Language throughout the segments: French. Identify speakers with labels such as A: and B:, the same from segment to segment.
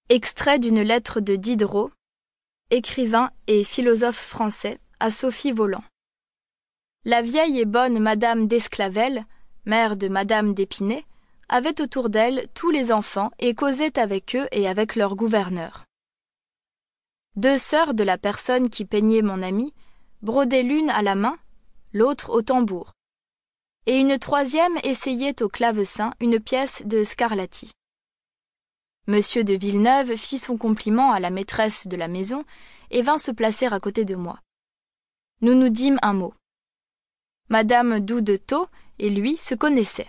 A: Extrait d'une lettre de Diderot, écrivain et philosophe français, à Sophie Voland. La vieille et bonne Madame d'Esclavelle, mère de Madame d'Épinay, avait autour d'elle tous les enfants et causait avec eux et avec leur gouverneur. 2 sœurs de la personne qui peignait mon ami brodaient l'une à la main, l'autre au tambour, et une 3e essayait au clavecin une pièce de Scarlatti. Monsieur de Villeneuve fit son compliment à la maîtresse de la maison et vint se placer à côté de moi. Nous nous dîmes un mot. Madame Doudetot et lui se connaissaient.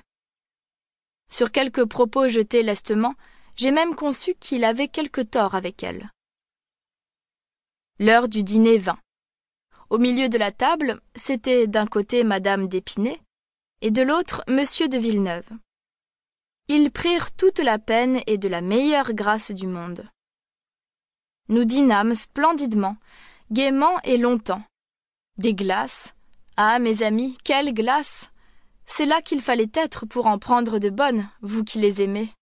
A: Sur quelques propos jetés lestement, j'ai même conçu qu'il avait quelque tort avec elle. L'heure du dîner vint. Au milieu de la table, c'était d'un côté Madame d'Épinay et de l'autre Monsieur de Villeneuve. Ils prirent toute la peine et de la meilleure grâce du monde. Nous dînâmes splendidement, gaiement et longtemps. Des glaces. Ah, mes amis, quelles glaces! C'est là qu'il fallait être pour en prendre de bonnes, vous qui les aimez.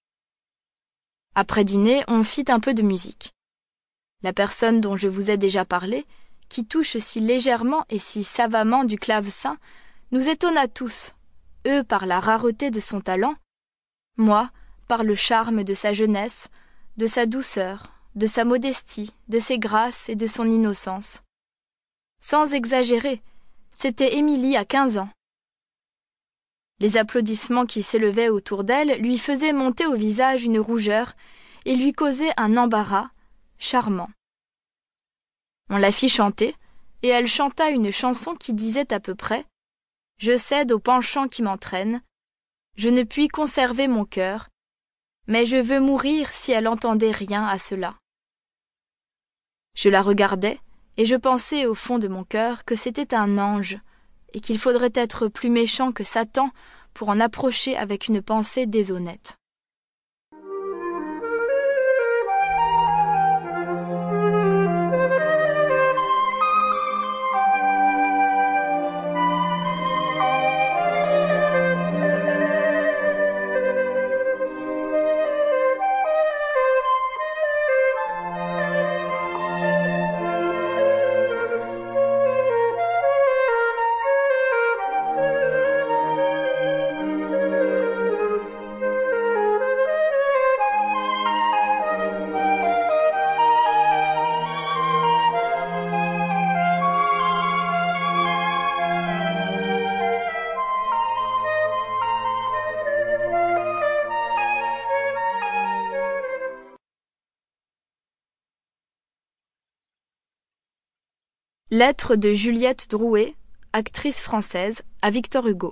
A: Après dîner, on fit un peu de musique. La personne dont je vous ai déjà parlé, qui touche si légèrement et si savamment du clavecin, nous étonna tous, eux par la rareté de son talent, moi par le charme de sa jeunesse, de sa douceur, de sa modestie, de ses grâces et de son innocence. Sans exagérer, c'était Émilie à 15 ans. Les applaudissements qui s'élevaient autour d'elle lui faisaient monter au visage une rougeur et lui causaient un embarras charmant. On la fit chanter, et elle chanta une chanson qui disait à peu près « Je cède au penchant qui m'entraîne, je ne puis conserver mon cœur, mais je veux mourir si elle entendait rien à cela. » Je la regardais, et je pensais au fond de mon cœur que c'était un ange, et qu'il faudrait être plus méchant que Satan pour en approcher avec une pensée déshonnête. Lettre de Juliette Drouet, actrice française, à Victor Hugo.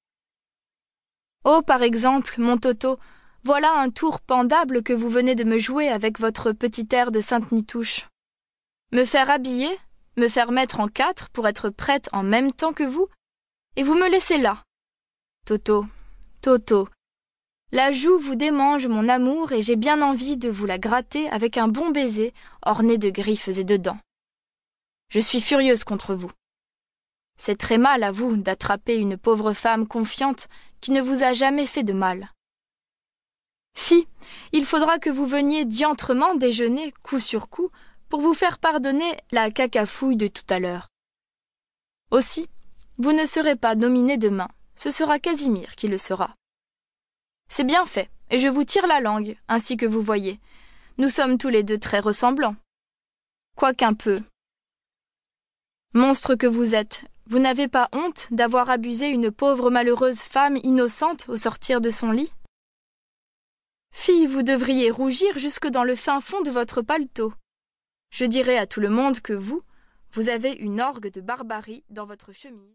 A: Oh, par exemple, mon Toto, voilà un tour pendable que vous venez de me jouer avec votre petit air de Sainte-Nitouche. Me faire habiller, me faire mettre en 4 pour être prête en même temps que vous, et vous me laissez là. Toto, Toto, la joue vous démange mon amour et j'ai bien envie de vous la gratter avec un bon baiser orné de griffes et de dents. Je suis furieuse contre vous. C'est très mal à vous d'attraper une pauvre femme confiante qui ne vous a jamais fait de mal. Fi, il faudra que vous veniez diantrement déjeuner, coup sur coup, pour vous faire pardonner la cacafouille de tout à l'heure. Aussi, vous ne serez pas nominé demain, ce sera Casimir qui le sera. C'est bien fait, et je vous tire la langue, ainsi que vous voyez. Nous sommes tous les 2 très ressemblants. Quoiqu'un peu. Monstre que vous êtes, vous n'avez pas honte d'avoir abusé une pauvre malheureuse femme innocente au sortir de son lit? Fille, vous devriez rougir jusque dans le fin fond de votre paletot. Je dirai à tout le monde que vous avez une orgue de barbarie dans votre chemise.